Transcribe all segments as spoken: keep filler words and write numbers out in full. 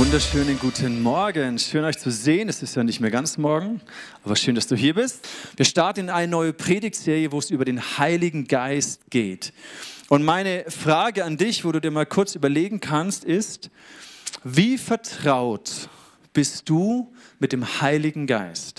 Wunderschönen guten Morgen. Schön, euch zu sehen. Es ist ja nicht mehr ganz morgen, aber schön, dass du hier bist. Wir starten in eine neue Predigtserie, wo es über den Heiligen Geist geht. Und meine Frage an dich, wo du dir mal kurz überlegen kannst, ist, wie vertraut bist du mit dem Heiligen Geist?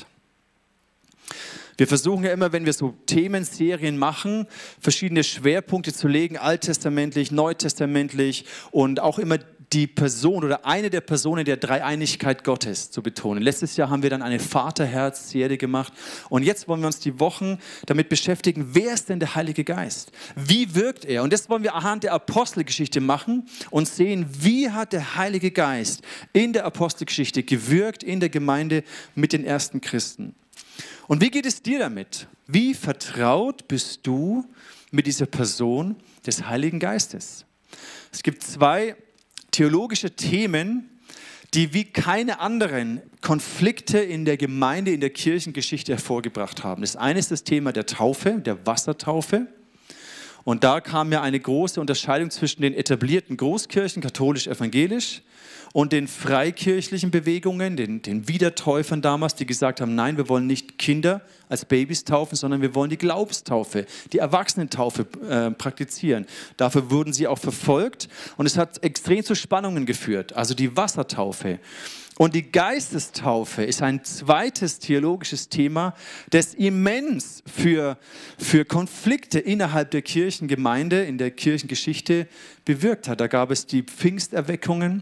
Wir versuchen ja immer, wenn wir so Themenserien machen, verschiedene Schwerpunkte zu legen, alttestamentlich, neutestamentlich und auch immer die Person oder eine der Personen der Dreieinigkeit Gottes zu betonen. Letztes Jahr haben wir dann eine Vaterherz-Serie gemacht und jetzt wollen wir uns die Wochen damit beschäftigen, wer ist denn der Heilige Geist? Wie wirkt er? Und das wollen wir anhand der Apostelgeschichte machen und sehen, wie hat der Heilige Geist in der Apostelgeschichte gewirkt in der Gemeinde mit den ersten Christen. Und wie geht es dir damit? Wie vertraut bist du mit dieser Person des Heiligen Geistes? Es gibt zwei theologische Themen, die wie keine anderen Konflikte in der Gemeinde, in der Kirchengeschichte hervorgebracht haben. Das eine ist das Thema der Taufe, der Wassertaufe. Und da kam ja eine große Unterscheidung zwischen den etablierten Großkirchen, katholisch-evangelisch, und den freikirchlichen Bewegungen, den, den Wiedertäufern damals, die gesagt haben, nein, wir wollen nicht Kinder als Babys taufen, sondern wir wollen die Glaubenstaufe, die Erwachsenentaufe äh, praktizieren. Dafür wurden sie auch verfolgt und es hat extrem zu Spannungen geführt, also die Wassertaufe. Und die Geistestaufe ist ein zweites theologisches Thema, das immens für, für Konflikte innerhalb der Kirchengemeinde, in der Kirchengeschichte bewirkt hat. Da gab es die Pfingsterweckungen,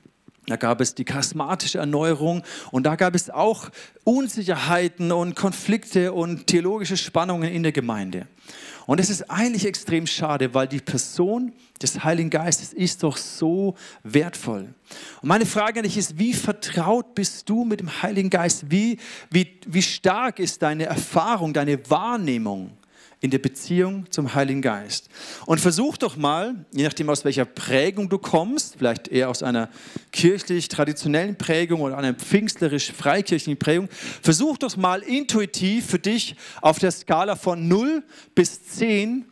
da gab es die charismatische Erneuerung und da gab es auch Unsicherheiten und Konflikte und theologische Spannungen in der Gemeinde. Und es ist eigentlich extrem schade, weil die Person des Heiligen Geistes ist doch so wertvoll. Und meine Frage an dich ist, wie vertraut bist du mit dem Heiligen Geist? Wie, wie, wie stark ist deine Erfahrung, deine Wahrnehmung in der Beziehung zum Heiligen Geist? Und versuch doch mal, je nachdem aus welcher Prägung du kommst, vielleicht eher aus einer kirchlich-traditionellen Prägung oder einer pfingstlerisch-freikirchlichen Prägung, versuch doch mal intuitiv für dich auf der Skala von null bis zehn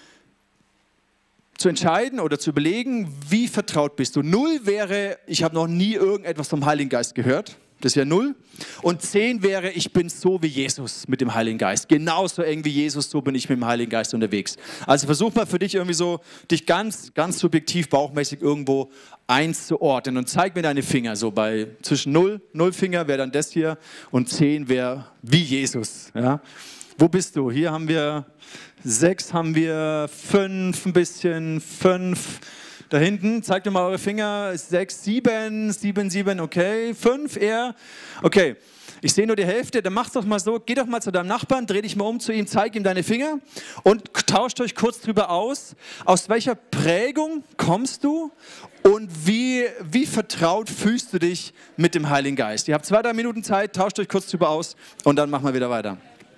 zu entscheiden oder zu überlegen, wie vertraut bist du. null wäre, ich habe noch nie irgendetwas vom Heiligen Geist gehört. Das wäre null. Und zehn wäre, ich bin so wie Jesus mit dem Heiligen Geist. Genauso eng wie Jesus, so bin ich mit dem Heiligen Geist unterwegs. Also versuch mal für dich irgendwie so, dich ganz, ganz subjektiv, bauchmäßig irgendwo einzuordnen. Und zeig mir deine Finger. So bei zwischen null, null Finger wäre dann das hier und zehn wäre wie Jesus. Ja? Wo bist du? Hier haben wir sechs, haben wir fünf, ein bisschen fünf. Da hinten, zeigt mir mal eure Finger, sechs, sieben, sieben, sieben, okay, fünf eher, okay. Ich sehe nur die Hälfte, dann mach's doch mal so, geh doch mal zu deinem Nachbarn, dreh dich mal um zu ihm, zeig ihm deine Finger und tauscht euch kurz drüber aus, aus welcher Prägung kommst du und wie, wie vertraut fühlst du dich mit dem Heiligen Geist. Ihr habt zwei, drei Minuten Zeit, tauscht euch kurz drüber aus und dann machen wir wieder weiter.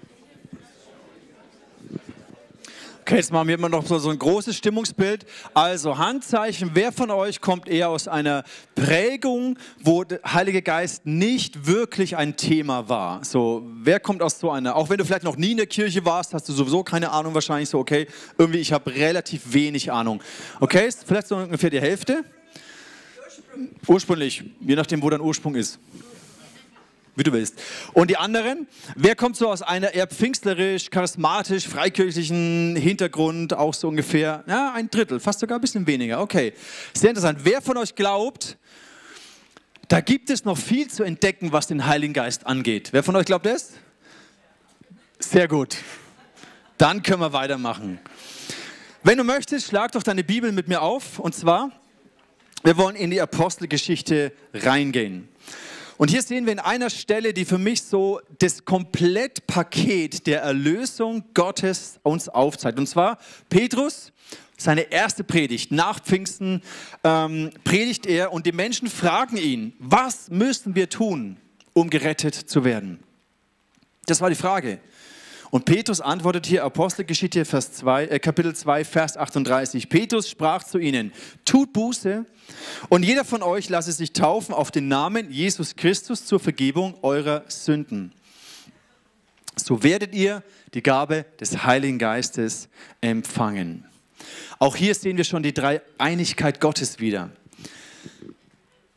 Okay, jetzt machen wir immer noch so, so ein großes Stimmungsbild. Also Handzeichen, wer von euch kommt eher aus einer Prägung, wo der Heilige Geist nicht wirklich ein Thema war? So, wer kommt aus so einer, auch wenn du vielleicht noch nie in der Kirche warst, hast du sowieso keine Ahnung wahrscheinlich so, okay, irgendwie ich habe relativ wenig Ahnung. Okay, ist vielleicht so ungefähr die Hälfte? Ursprünglich, je nachdem, wo dein Ursprung ist. Wie du willst. Und die anderen, wer kommt so aus einer eher pfingstlerisch, charismatisch, freikirchlichen Hintergrund, auch so ungefähr, ja, ein Drittel, fast sogar ein bisschen weniger, okay. Sehr interessant. Wer von euch glaubt, da gibt es noch viel zu entdecken, was den Heiligen Geist angeht? Wer von euch glaubt das? Sehr gut. Dann können wir weitermachen. Wenn du möchtest, schlag doch deine Bibel mit mir auf. Und zwar, wir wollen in die Apostelgeschichte reingehen. Und hier sehen wir in einer Stelle, die für mich so das Komplettpaket der Erlösung Gottes uns aufzeigt. Und zwar Petrus, seine erste Predigt nach Pfingsten, ähm, predigt er und die Menschen fragen ihn, was müssen wir tun, um gerettet zu werden? Das war die Frage. Und Petrus antwortet hier, Apostelgeschichte Vers zwei, äh, Kapitel zwei, Vers achtunddreißig. Petrus sprach zu ihnen, tut Buße und jeder von euch lasse sich taufen auf den Namen Jesus Christus zur Vergebung eurer Sünden. So werdet ihr die Gabe des Heiligen Geistes empfangen. Auch hier sehen wir schon die Dreieinigkeit Gottes wieder.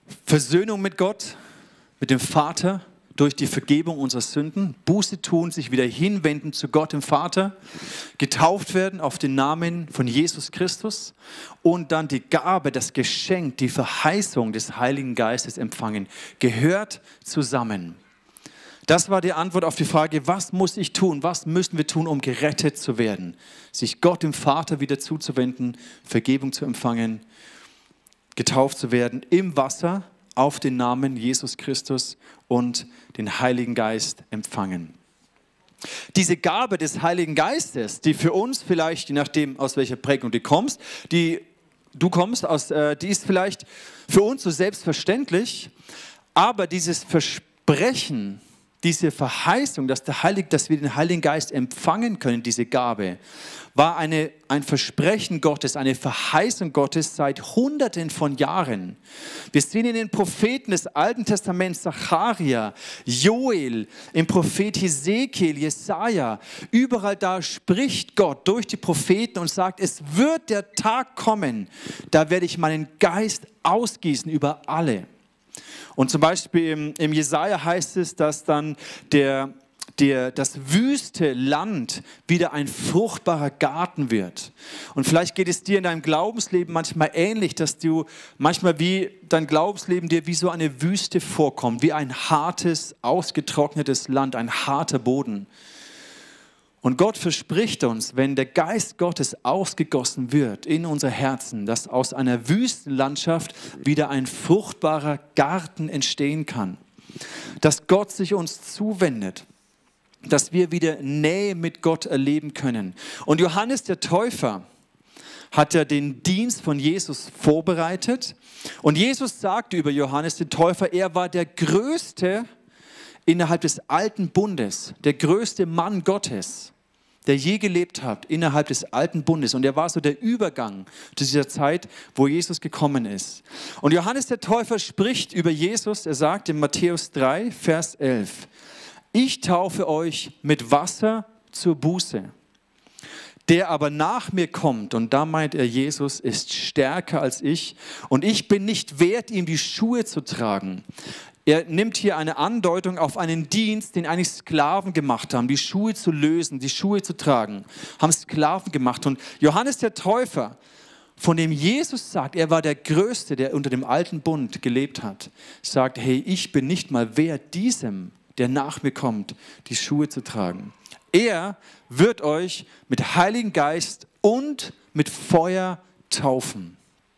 Versöhnung mit Gott, mit dem Vater, durch die Vergebung unserer Sünden, Buße tun, sich wieder hinwenden zu Gott dem Vater, getauft werden auf den Namen von Jesus Christus und dann die Gabe, das Geschenk, die Verheißung des Heiligen Geistes empfangen, gehört zusammen. Das war die Antwort auf die Frage, was muss ich tun, was müssen wir tun, um gerettet zu werden? Sich Gott dem Vater wieder zuzuwenden, Vergebung zu empfangen, getauft zu werden im Wasser, auf den Namen Jesus Christus und den Heiligen Geist empfangen. Diese Gabe des Heiligen Geistes, die für uns vielleicht, je nachdem aus welcher Prägung du kommst, die du kommst, aus, äh, die ist vielleicht für uns so selbstverständlich, aber dieses Versprechen, diese Verheißung, dass, der Heilige, dass wir den Heiligen Geist empfangen können, diese Gabe, war eine, ein Versprechen Gottes, eine Verheißung Gottes seit Hunderten von Jahren. Wir sehen in den Propheten des Alten Testaments, Zacharia, Joel, im Prophet Hesekiel, Jesaja, überall da spricht Gott durch die Propheten und sagt, es wird der Tag kommen, da werde ich meinen Geist ausgießen über alle. Und zum Beispiel im, im Jesaja heißt es, dass dann der Der, das wüste Land wieder ein fruchtbarer Garten wird. Und vielleicht geht es dir in deinem Glaubensleben manchmal ähnlich, dass du manchmal wie dein Glaubensleben dir wie so eine Wüste vorkommt, wie ein hartes, ausgetrocknetes Land, ein harter Boden. Und Gott verspricht uns, wenn der Geist Gottes ausgegossen wird in unser Herzen, dass aus einer Wüstenlandschaft wieder ein fruchtbarer Garten entstehen kann. Dass Gott sich uns zuwendet. Dass wir wieder Nähe mit Gott erleben können. Und Johannes der Täufer hat ja den Dienst von Jesus vorbereitet. Und Jesus sagte über Johannes den Täufer, er war der Größte innerhalb des alten Bundes, der größte Mann Gottes, der je gelebt hat innerhalb des alten Bundes. Und er war so der Übergang zu dieser Zeit, wo Jesus gekommen ist. Und Johannes der Täufer spricht über Jesus, er sagt in Matthäus drei, Vers elf, ich taufe euch mit Wasser zur Buße. Der aber nach mir kommt, und da meint er, Jesus ist stärker als ich, und ich bin nicht wert, ihm die Schuhe zu tragen. Er nimmt hier eine Andeutung auf einen Dienst, den eigentlich Sklaven gemacht haben, die Schuhe zu lösen, die Schuhe zu tragen, haben Sklaven gemacht. Und Johannes der Täufer, von dem Jesus sagt, er war der Größte, der unter dem alten Bund gelebt hat, sagt, hey, ich bin nicht mal wert, diesem, der nach mir kommt, die Schuhe zu tragen. Er wird euch mit Heiligen Geist und mit Feuer taufen.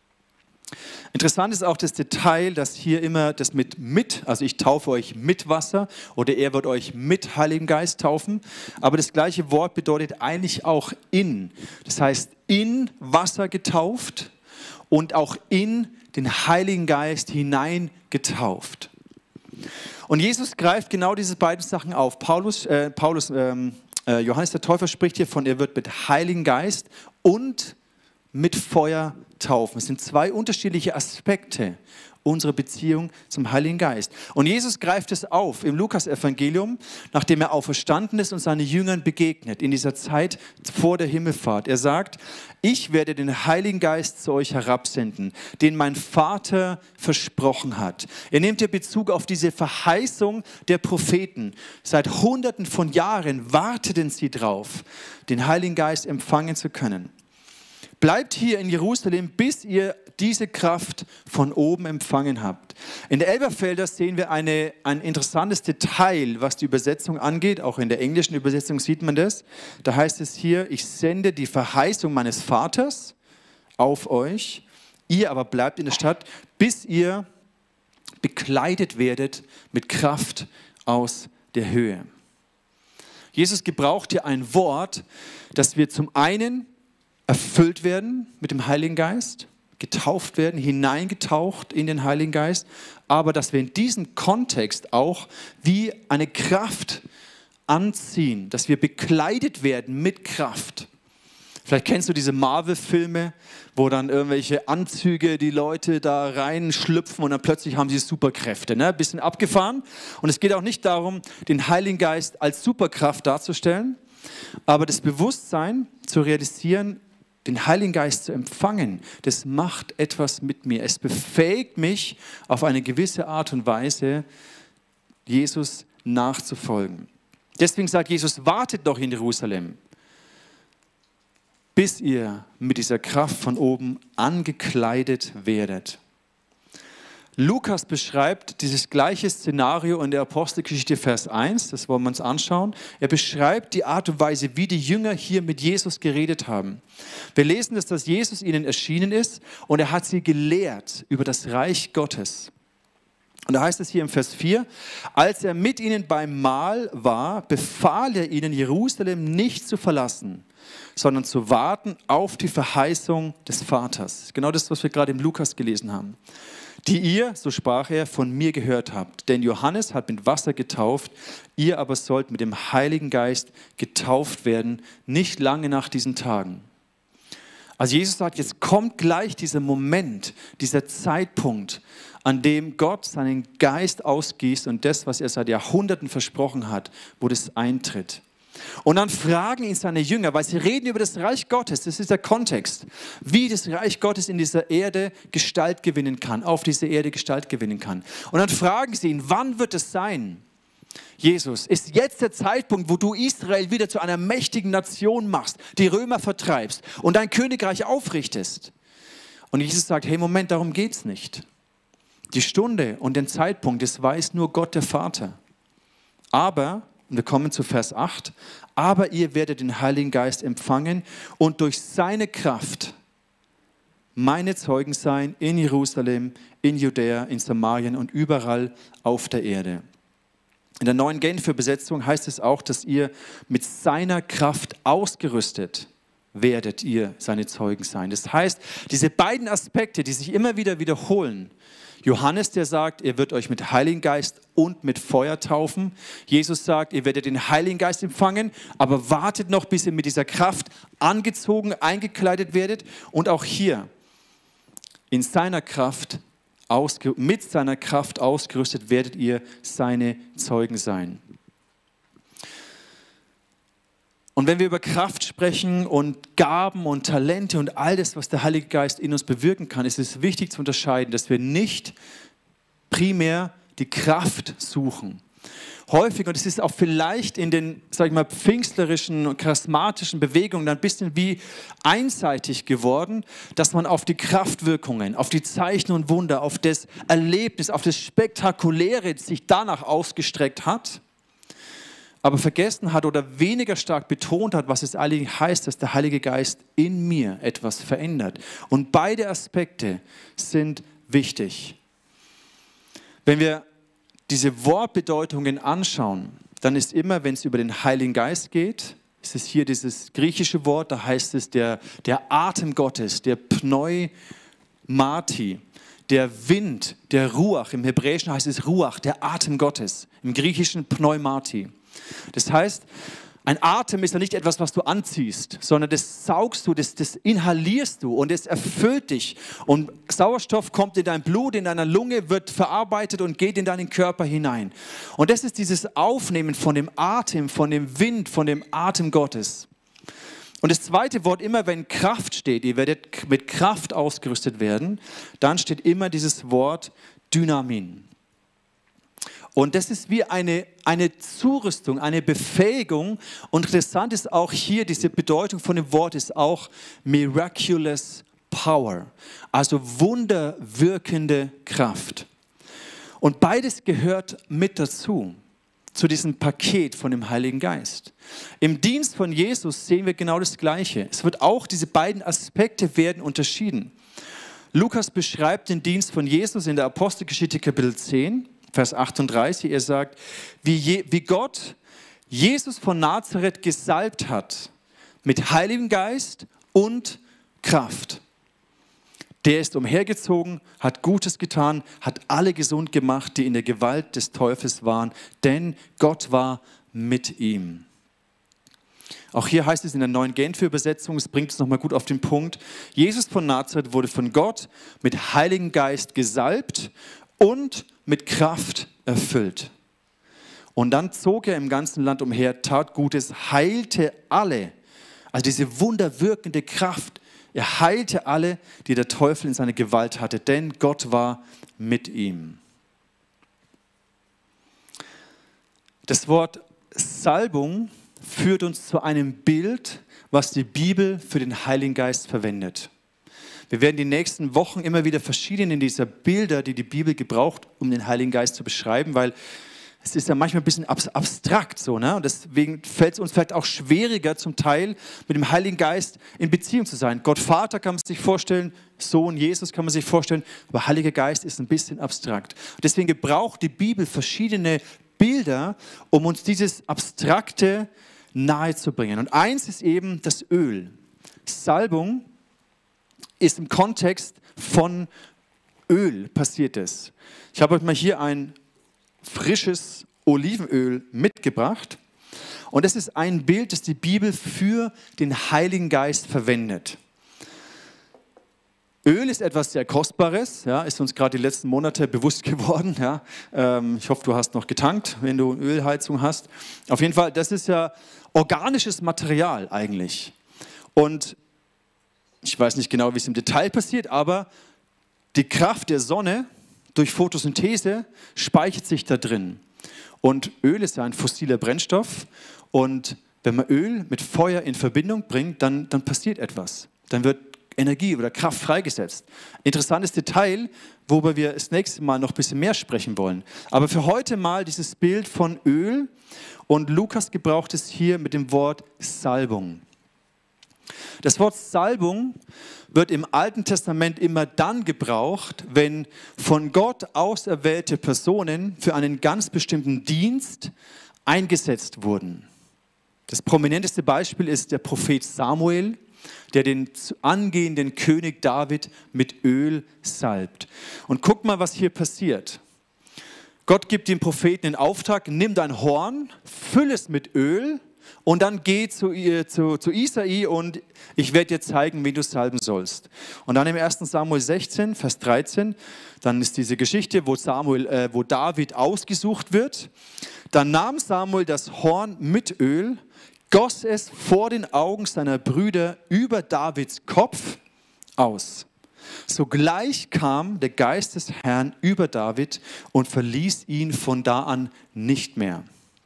Interessant ist auch das Detail, dass hier immer das mit mit, also ich taufe euch mit Wasser oder er wird euch mit Heiligem Geist taufen, aber das gleiche Wort bedeutet eigentlich auch in. Das heißt in Wasser getauft und auch in den Heiligen Geist hinein getauft. Und Jesus greift genau diese beiden Sachen auf. Paulus, äh, Paulus ähm, äh, Johannes der Täufer spricht hier von, er wird mit Heiligen Geist und mit Feuer taufen. Es sind zwei unterschiedliche Aspekte unserer Beziehung zum Heiligen Geist. Und Jesus greift es auf im Lukas-Evangelium, nachdem er auferstanden ist und seinen Jüngern begegnet, in dieser Zeit vor der Himmelfahrt. Er sagt, ich werde den Heiligen Geist zu euch herabsenden, den mein Vater versprochen hat. Er nimmt hier Bezug auf diese Verheißung der Propheten. Seit Hunderten von Jahren warteten sie drauf, den Heiligen Geist empfangen zu können. Bleibt hier in Jerusalem, bis ihr diese Kraft von oben empfangen habt. In der Elberfelder sehen wir eine, ein interessantes Detail, was die Übersetzung angeht. Auch in der englischen Übersetzung sieht man das. Da heißt es hier, ich sende die Verheißung meines Vaters auf euch. Ihr aber bleibt in der Stadt, bis ihr bekleidet werdet mit Kraft aus der Höhe. Jesus gebraucht hier ein Wort, das wir zum einen erfüllt werden mit dem Heiligen Geist, getauft werden, hineingetaucht in den Heiligen Geist, aber dass wir in diesem Kontext auch wie eine Kraft anziehen, dass wir bekleidet werden mit Kraft. Vielleicht kennst du diese Marvel-Filme, wo dann irgendwelche Anzüge die Leute da reinschlüpfen und dann plötzlich haben sie Superkräfte. Ne? Ein bisschen abgefahren. Und es geht auch nicht darum, den Heiligen Geist als Superkraft darzustellen, aber das Bewusstsein zu realisieren, den Heiligen Geist zu empfangen, das macht etwas mit mir. Es befähigt mich, auf eine gewisse Art und Weise Jesus nachzufolgen. Deswegen sagt Jesus, wartet doch in Jerusalem, bis ihr mit dieser Kraft von oben angekleidet werdet. Lukas beschreibt dieses gleiche Szenario in der Apostelgeschichte Vers eins, das wollen wir uns anschauen. Er beschreibt die Art und Weise, wie die Jünger hier mit Jesus geredet haben. Wir lesen, dass, dass Jesus ihnen erschienen ist und er hat sie gelehrt über das Reich Gottes. Und da heißt es hier im Vers vier, als er mit ihnen beim Mahl war, befahl er ihnen, Jerusalem nicht zu verlassen, sondern zu warten auf die Verheißung des Vaters. Genau das, was wir gerade im Lukas gelesen haben. Die ihr, so sprach er, von mir gehört habt. Denn Johannes hat mit Wasser getauft, ihr aber sollt mit dem Heiligen Geist getauft werden, nicht lange nach diesen Tagen. Also Jesus sagt, jetzt kommt gleich dieser Moment, dieser Zeitpunkt, an dem Gott seinen Geist ausgießt und das, was er seit Jahrhunderten versprochen hat, wo das eintritt. Und dann fragen ihn seine Jünger, weil sie reden über das Reich Gottes, das ist der Kontext, wie das Reich Gottes in dieser Erde Gestalt gewinnen kann, auf dieser Erde Gestalt gewinnen kann. Und dann fragen sie ihn, wann wird es sein? Jesus, ist jetzt der Zeitpunkt, wo du Israel wieder zu einer mächtigen Nation machst, die Römer vertreibst und dein Königreich aufrichtest? Und Jesus sagt, hey Moment, darum geht es nicht. Die Stunde und den Zeitpunkt, das weiß nur Gott der Vater. Aber, und wir kommen zu Vers acht, aber ihr werdet den Heiligen Geist empfangen und durch seine Kraft meine Zeugen sein in Jerusalem, in Judäa, in Samarien und überall auf der Erde. In der neuen Genfer Übersetzung heißt es auch, dass ihr mit seiner Kraft ausgerüstet werdet ihr seine Zeugen sein. Das heißt, diese beiden Aspekte, die sich immer wieder wiederholen, Johannes, der sagt, er wird euch mit Heiligen Geist und mit Feuer taufen. Jesus sagt, ihr werdet den Heiligen Geist empfangen, aber wartet noch, bis ihr mit dieser Kraft angezogen, eingekleidet werdet. Und auch hier, in seiner Kraft, mit seiner Kraft ausgerüstet, werdet ihr seine Zeugen sein. Und wenn wir über Kraft sprechen und Gaben und Talente und all das, was der Heilige Geist in uns bewirken kann, ist es wichtig zu unterscheiden, dass wir nicht primär die Kraft suchen. Häufig, und es ist auch vielleicht in den, sag ich mal, pfingstlerischen und charismatischen Bewegungen ein bisschen wie einseitig geworden, dass man auf die Kraftwirkungen, auf die Zeichen und Wunder, auf das Erlebnis, auf das Spektakuläre sich danach ausgestreckt hat, aber vergessen hat oder weniger stark betont hat, was es eigentlich heißt, dass der Heilige Geist in mir etwas verändert. Und beide Aspekte sind wichtig. Wenn wir diese Wortbedeutungen anschauen, dann ist immer, wenn es über den Heiligen Geist geht, ist es hier dieses griechische Wort, da heißt es der, der Atem Gottes, der Pneumati, der Wind, der Ruach, im Hebräischen heißt es Ruach, der Atem Gottes, im Griechischen Pneumati. Das heißt, ein Atem ist ja nicht etwas, was du anziehst, sondern das saugst du, das, das inhalierst du und es erfüllt dich. Und Sauerstoff kommt in dein Blut, in deiner Lunge, wird verarbeitet und geht in deinen Körper hinein. Und das ist dieses Aufnehmen von dem Atem, von dem Wind, von dem Atem Gottes. Und das zweite Wort, immer wenn Kraft steht, ihr werdet mit Kraft ausgerüstet werden, dann steht immer dieses Wort Dynamin. Und das ist wie eine, eine Zurüstung, eine Befähigung. Und interessant ist auch hier, diese Bedeutung von dem Wort ist auch miraculous power, also wunderwirkende Kraft. Und beides gehört mit dazu, zu diesem Paket von dem Heiligen Geist. Im Dienst von Jesus sehen wir genau das Gleiche. Es wird auch, diese beiden Aspekte werden unterschieden. Lukas beschreibt den Dienst von Jesus in der Apostelgeschichte Kapitel zehn. Vers achtunddreißig, er sagt, wie, je, wie Gott Jesus von Nazareth gesalbt hat mit Heiligem Geist und Kraft. Der ist umhergezogen, hat Gutes getan, hat alle gesund gemacht, die in der Gewalt des Teufels waren, denn Gott war mit ihm. Auch hier heißt es in der neuen Genfer Übersetzung, es bringt es nochmal gut auf den Punkt, Jesus von Nazareth wurde von Gott mit Heiligem Geist gesalbt und mit Kraft erfüllt. Und dann zog er im ganzen Land umher, tat Gutes, heilte alle. Also diese wunderwirkende Kraft Er heilte alle, die der Teufel in seiner Gewalt hatte, denn Gott war mit ihm. Das Wort Salbung führt uns zu einem Bild, was die Bibel für den Heiligen Geist verwendet. Wir werden die nächsten Wochen immer wieder verschiedene dieser Bilder, die die Bibel gebraucht, um den Heiligen Geist zu beschreiben, weil es ist ja manchmal ein bisschen abstrakt so, ne? Und deswegen fällt es uns vielleicht auch schwieriger, zum Teil mit dem Heiligen Geist in Beziehung zu sein. Gott Vater kann man sich vorstellen, Sohn Jesus kann man sich vorstellen, aber Heiliger Geist ist ein bisschen abstrakt. Und deswegen gebraucht die Bibel verschiedene Bilder, um uns dieses Abstrakte nahezubringen. Und eins ist eben das Öl. Salbung ist im Kontext von Öl passiert es. Ich habe euch mal hier ein frisches Olivenöl mitgebracht. Und das ist ein Bild, das die Bibel für den Heiligen Geist verwendet. Öl ist etwas sehr Kostbares, ja, ist uns gerade die letzten Monate bewusst geworden. Ja. Ähm, ich hoffe, du hast noch getankt, wenn du Ölheizung hast. Auf jeden Fall, das ist ja organisches Material eigentlich. Und ich weiß nicht genau, wie es im Detail passiert, aber die Kraft der Sonne durch Photosynthese speichert sich da drin. Und Öl ist ja ein fossiler Brennstoff. Und wenn man Öl mit Feuer in Verbindung bringt, dann, dann passiert etwas. Dann wird Energie oder Kraft freigesetzt. Interessantes Detail, worüber wir das nächste Mal noch ein bisschen mehr sprechen wollen. Aber für heute mal dieses Bild von Öl. Und Lukas gebraucht es hier mit dem Wort Salbung. Das Wort Salbung wird im Alten Testament immer dann gebraucht, wenn von Gott auserwählte Personen für einen ganz bestimmten Dienst eingesetzt wurden. Das prominenteste Beispiel ist der Prophet Samuel, der den angehenden König David mit Öl salbt. Und guck mal, was hier passiert. Gott gibt dem Propheten den Auftrag, nimm dein Horn, füll es mit Öl und dann geh zu, zu, zu Isai und ich werde dir zeigen, wie du salben sollst. Und dann im ersten Samuel sechzehn, Vers dreizehn, dann ist diese Geschichte, wo, Samuel, äh, wo David ausgesucht wird. Dann nahm Samuel das Horn mit Öl, goss es vor den Augen seiner Brüder über Davids Kopf aus. Sogleich kam der Geist des Herrn über David und verließ ihn von da an nicht mehr.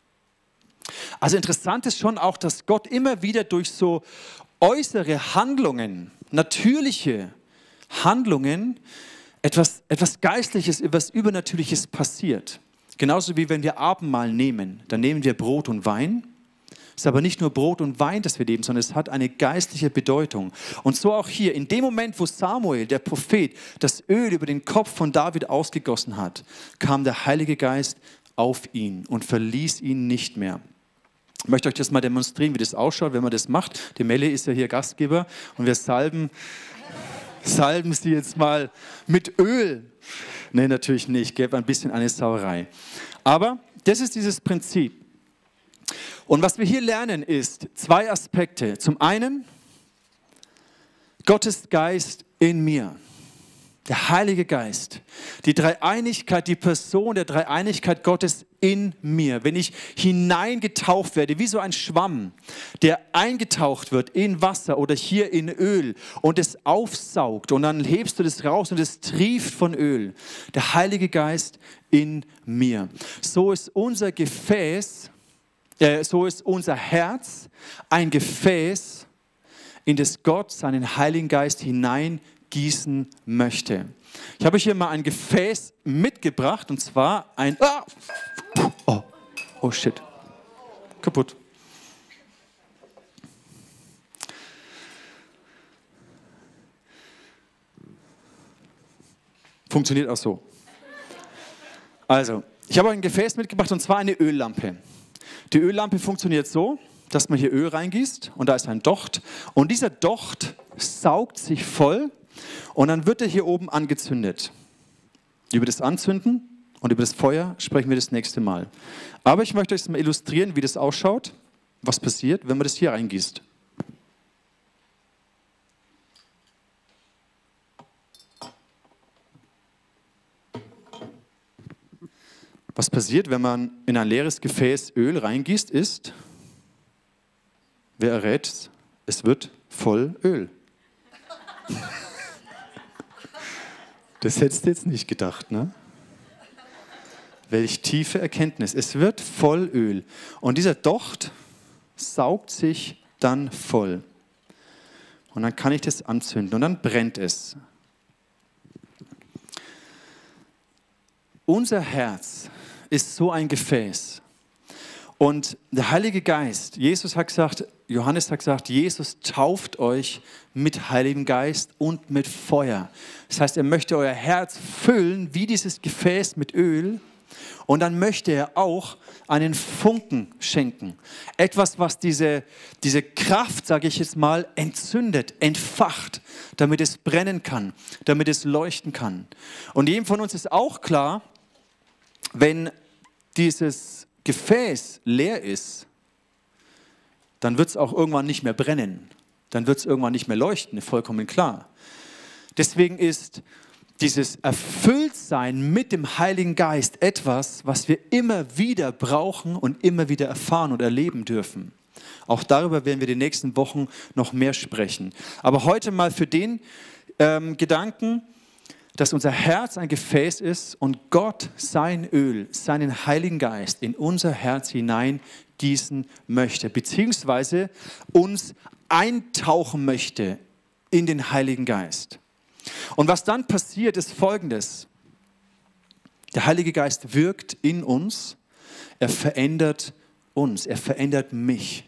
Also interessant ist schon auch, dass Gott immer wieder durch so äußere Handlungen, natürliche Handlungen, etwas, etwas Geistliches, etwas Übernatürliches passiert. Genauso wie wenn wir Abendmahl nehmen, dann nehmen wir Brot und Wein. Es ist aber nicht nur Brot und Wein, das wir nehmen, sondern es hat eine geistliche Bedeutung. Und so auch hier, in dem Moment, wo Samuel, der Prophet, das Öl über den Kopf von David ausgegossen hat, kam der Heilige Geist auf ihn und verließ ihn nicht mehr. Ich möchte euch das mal demonstrieren, wie das ausschaut, wenn man das macht. Die Melle ist ja hier Gastgeber und wir salben, salben sie jetzt mal mit Öl. Nein, natürlich nicht, gäbe ein bisschen eine Sauerei. Aber das ist dieses Prinzip. Und was wir hier lernen ist zwei Aspekte. Zum einen, Gottes Geist in mir. Der Heilige Geist, die Dreieinigkeit, die Person der Dreieinigkeit Gottes in mir. Wenn ich hineingetaucht werde, wie so ein Schwamm, der eingetaucht wird in Wasser oder hier in Öl und es aufsaugt und dann hebst du das raus und es trieft von Öl. Der Heilige Geist in mir. So ist unser Gefäß, äh, so ist unser Herz ein Gefäß, in das Gott seinen Heiligen Geist hineingießen möchte. Ich habe euch hier mal ein Gefäß mitgebracht, und zwar ein... Ah, oh, oh shit, kaputt. Funktioniert auch so. Also, ich habe euch ein Gefäß mitgebracht, und zwar eine Öllampe. Die Öllampe funktioniert so, dass man hier Öl reingießt und da ist ein Docht und dieser Docht saugt sich voll und dann wird er hier oben angezündet. Über das Anzünden und über das Feuer sprechen wir das nächste Mal. Aber ich möchte euch mal illustrieren, wie das ausschaut, was passiert, wenn man das hier reingießt. Was passiert, wenn man in ein leeres Gefäß Öl reingießt, ist, wer errät, es wird voll Öl. Das hättest du jetzt nicht gedacht, ne? Welch tiefe Erkenntnis. Es wird voll Öl. Und dieser Docht saugt sich dann voll. Und dann kann ich das anzünden und dann brennt es. Unser Herz ist so ein Gefäß. Und der Heilige Geist, Jesus hat gesagt, Johannes hat gesagt, Jesus tauft euch mit Heiligem Geist und mit Feuer. Das heißt, er möchte euer Herz füllen wie dieses Gefäß mit Öl. Und dann möchte er auch einen Funken schenken. Etwas, was diese, diese Kraft, sage ich jetzt mal, entzündet, entfacht, damit es brennen kann, damit es leuchten kann. Und jedem von uns ist auch klar, wenn dieses Gefäß leer ist, dann wird es auch irgendwann nicht mehr brennen. Dann wird es irgendwann nicht mehr leuchten, vollkommen klar. Deswegen ist dieses Erfülltsein mit dem Heiligen Geist etwas, was wir immer wieder brauchen und immer wieder erfahren und erleben dürfen. Auch darüber werden wir die nächsten Wochen noch mehr sprechen. Aber heute mal für den ähm, Gedanken, dass unser Herz ein Gefäß ist und Gott sein Öl, seinen Heiligen Geist in unser Herz hineingießen möchte, beziehungsweise uns eintauchen möchte in den Heiligen Geist. Und was dann passiert, ist Folgendes. Der Heilige Geist wirkt in uns, er verändert uns, er verändert mich.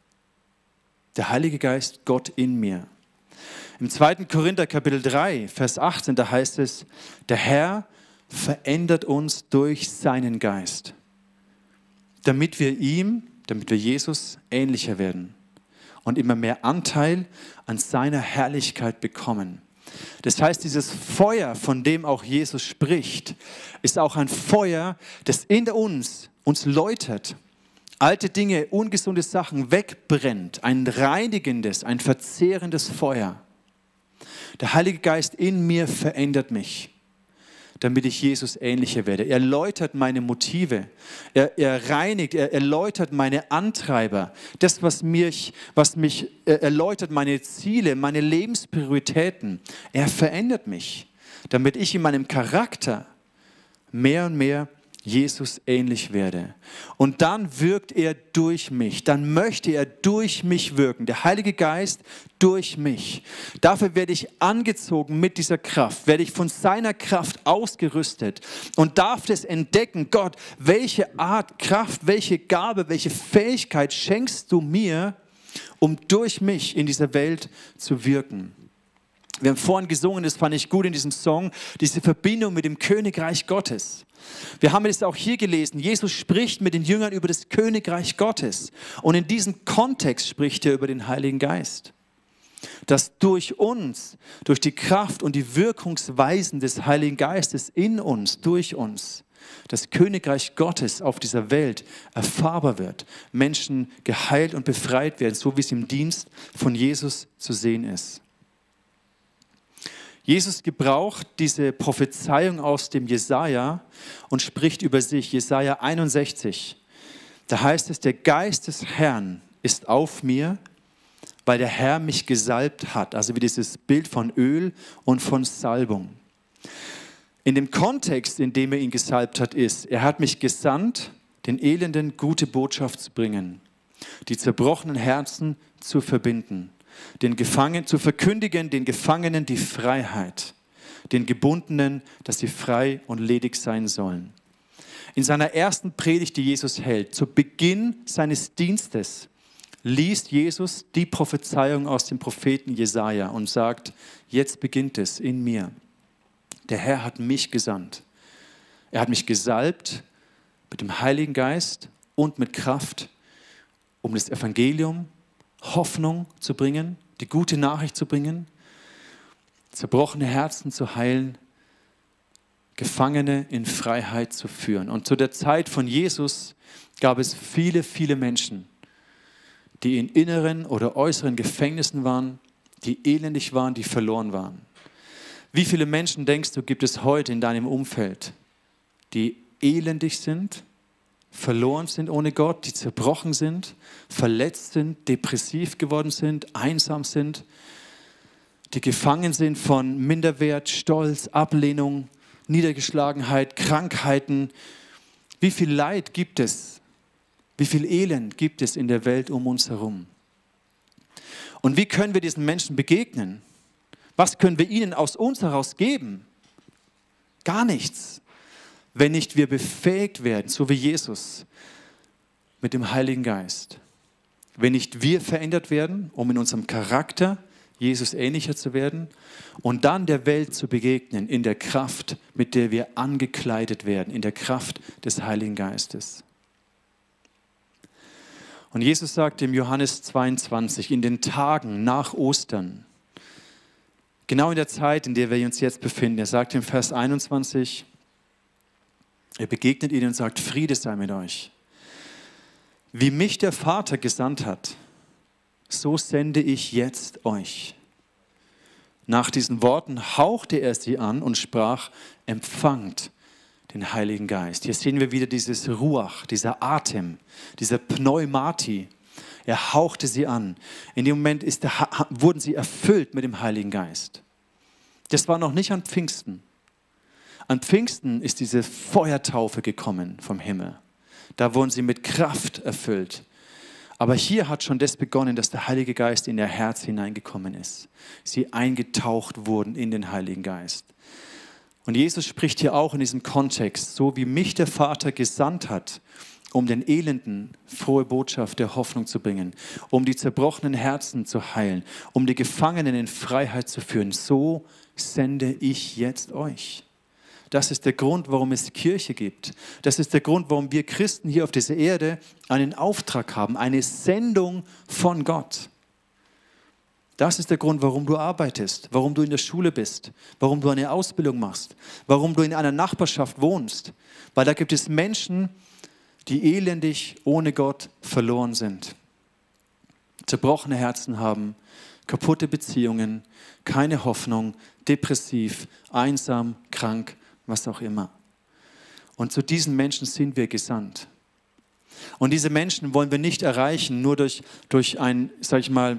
Der Heilige Geist, Gott in mir. Im zweiten Korinther Kapitel drei, Vers achtzehn, da heißt es, der Herr verändert uns durch seinen Geist, damit wir ihm, damit wir Jesus ähnlicher werden und immer mehr Anteil an seiner Herrlichkeit bekommen. Das heißt, dieses Feuer, von dem auch Jesus spricht, ist auch ein Feuer, das in uns uns läutert, alte Dinge, ungesunde Sachen wegbrennt, ein reinigendes, ein verzehrendes Feuer. Der Heilige Geist in mir verändert mich, damit ich Jesus ähnlicher werde. Er läutert meine Motive, er, er reinigt, er erläutert meine Antreiber, das, was mich, was mich er erläutert, meine Ziele, meine Lebensprioritäten. Er verändert mich, damit ich in meinem Charakter mehr und mehr Jesus ähnlich werde. Und dann wirkt er durch mich, dann möchte er durch mich wirken, der Heilige Geist durch mich. Dafür werde ich angezogen mit dieser Kraft, werde ich von seiner Kraft ausgerüstet und darf das entdecken, Gott, welche Art Kraft, welche Gabe, welche Fähigkeit schenkst du mir, um durch mich in dieser Welt zu wirken. Wir haben vorhin gesungen, das fand ich gut in diesem Song, diese Verbindung mit dem Königreich Gottes. Wir haben es auch hier gelesen, Jesus spricht mit den Jüngern über das Königreich Gottes. Und in diesem Kontext spricht er über den Heiligen Geist. Dass durch uns, durch die Kraft und die Wirkungsweisen des Heiligen Geistes in uns, durch uns, das Königreich Gottes auf dieser Welt erfahrbar wird. Menschen geheilt und befreit werden, so wie es im Dienst von Jesus zu sehen ist. Jesus gebraucht diese Prophezeiung aus dem Jesaja und spricht über sich. Jesaja einundsechzig, da heißt es, der Geist des Herrn ist auf mir, weil der Herr mich gesalbt hat. Also wie dieses Bild von Öl und von Salbung. In dem Kontext, in dem er ihn gesalbt hat, ist, er hat mich gesandt, den Elenden gute Botschaft zu bringen, die zerbrochenen Herzen zu verbinden, den Gefangenen zu verkündigen, den Gefangenen die Freiheit, den Gebundenen, dass sie frei und ledig sein sollen. In seiner ersten Predigt, die Jesus hält, zu Beginn seines Dienstes, liest Jesus die Prophezeiung aus dem Propheten Jesaja und sagt, jetzt beginnt es in mir. Der Herr hat mich gesandt. Er hat mich gesalbt mit dem Heiligen Geist und mit Kraft, um das Evangelium, Hoffnung zu bringen, die gute Nachricht zu bringen, zerbrochene Herzen zu heilen, Gefangene in Freiheit zu führen. Und zu der Zeit von Jesus gab es viele, viele Menschen, die in inneren oder äußeren Gefängnissen waren, die elendig waren, die verloren waren. Wie viele Menschen denkst du, gibt es heute in deinem Umfeld, die elendig sind, verloren sind ohne Gott, die zerbrochen sind, verletzt sind, depressiv geworden sind, einsam sind, die gefangen sind von Minderwert, Stolz, Ablehnung, Niedergeschlagenheit, Krankheiten. Wie viel Leid gibt es? Wie viel Elend gibt es in der Welt um uns herum? Und wie können wir diesen Menschen begegnen? Was können wir ihnen aus uns heraus geben? Gar nichts, wenn nicht wir befähigt werden, so wie Jesus, mit dem Heiligen Geist. Wenn nicht wir verändert werden, um in unserem Charakter Jesus ähnlicher zu werden und dann der Welt zu begegnen in der Kraft, mit der wir angekleidet werden, in der Kraft des Heiligen Geistes. Und Jesus sagt im Johannes zweiundzwanzig, in den Tagen nach Ostern, genau in der Zeit, in der wir uns jetzt befinden, er sagt im Vers einundzwanzig, er begegnet ihnen und sagt, Friede sei mit euch. Wie mich der Vater gesandt hat, so sende ich jetzt euch. Nach diesen Worten hauchte er sie an und sprach, empfangt den Heiligen Geist. Hier sehen wir wieder dieses Ruach, dieser Atem, dieser Pneumati. Er hauchte sie an. In dem Moment ist der, wurden sie erfüllt mit dem Heiligen Geist. Das war noch nicht an Pfingsten. An Pfingsten ist diese Feuertaufe gekommen vom Himmel. Da wurden sie mit Kraft erfüllt. Aber hier hat schon das begonnen, dass der Heilige Geist in ihr Herz hineingekommen ist. Sie eingetaucht wurden in den Heiligen Geist. Und Jesus spricht hier auch in diesem Kontext, so wie mich der Vater gesandt hat, um den Elenden frohe Botschaft der Hoffnung zu bringen, um die zerbrochenen Herzen zu heilen, um die Gefangenen in Freiheit zu führen, so sende ich jetzt euch. Das ist der Grund, warum es Kirche gibt. Das ist der Grund, warum wir Christen hier auf dieser Erde einen Auftrag haben, eine Sendung von Gott. Das ist der Grund, warum du arbeitest, warum du in der Schule bist, warum du eine Ausbildung machst, warum du in einer Nachbarschaft wohnst. Weil da gibt es Menschen, die elendig ohne Gott verloren sind, zerbrochene Herzen haben, kaputte Beziehungen, keine Hoffnung, depressiv, einsam, krank, was auch immer. Und zu diesen Menschen sind wir gesandt. Und diese Menschen wollen wir nicht erreichen, nur durch, durch ein, sag ich mal,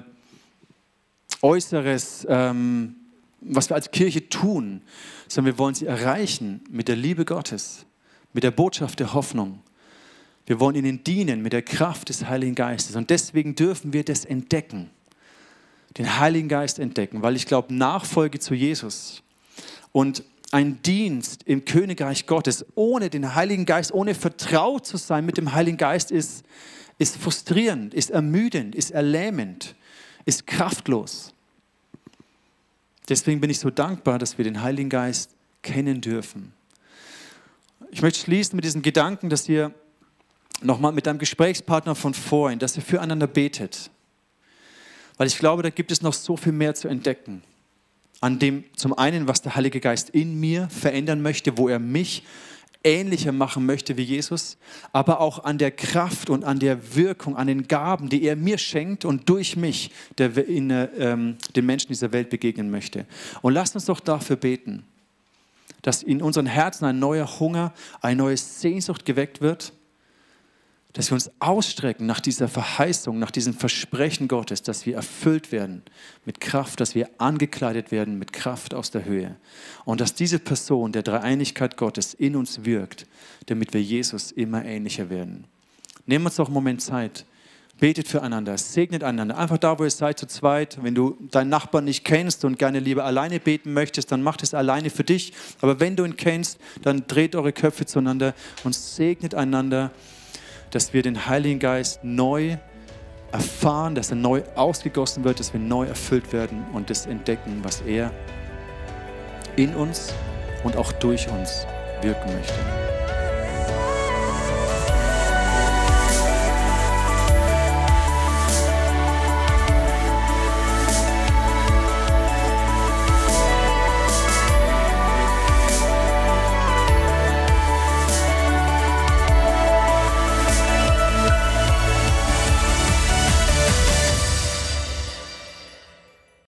äußeres, ähm, was wir als Kirche tun, sondern wir wollen sie erreichen mit der Liebe Gottes, mit der Botschaft der Hoffnung. Wir wollen ihnen dienen mit der Kraft des Heiligen Geistes. Und deswegen dürfen wir das entdecken, den Heiligen Geist entdecken, weil ich glaube, Nachfolge zu Jesus und ein Dienst im Königreich Gottes ohne den Heiligen Geist, ohne vertraut zu sein mit dem Heiligen Geist, ist, ist frustrierend, ist ermüdend, ist erlähmend, ist kraftlos. Deswegen bin ich so dankbar, dass wir den Heiligen Geist kennen dürfen. Ich möchte schließen mit diesem Gedanken, dass ihr nochmal mit einem Gesprächspartner von vorhin, dass ihr füreinander betet. Weil ich glaube, da gibt es noch so viel mehr zu entdecken. An dem zum einen, was der Heilige Geist in mir verändern möchte, wo er mich ähnlicher machen möchte wie Jesus, aber auch an der Kraft und an der Wirkung, an den Gaben, die er mir schenkt und durch mich der, in, ähm, den Menschen dieser Welt begegnen möchte. Und lasst uns doch dafür beten, dass in unseren Herzen ein neuer Hunger, eine neue Sehnsucht geweckt wird, dass wir uns ausstrecken nach dieser Verheißung, nach diesem Versprechen Gottes, dass wir erfüllt werden mit Kraft, dass wir angekleidet werden mit Kraft aus der Höhe. Und dass diese Person der Dreieinigkeit Gottes in uns wirkt, damit wir Jesus immer ähnlicher werden. Nehmen wir uns doch einen Moment Zeit. Betet füreinander, segnet einander. Einfach da, wo ihr seid, zu zweit. Wenn du deinen Nachbarn nicht kennst und gerne lieber alleine beten möchtest, dann macht es alleine für dich. Aber wenn du ihn kennst, dann dreht eure Köpfe zueinander und segnet einander, dass wir den Heiligen Geist neu erfahren, dass er neu ausgegossen wird, dass wir neu erfüllt werden und das entdecken, was er in uns und auch durch uns wirken möchte.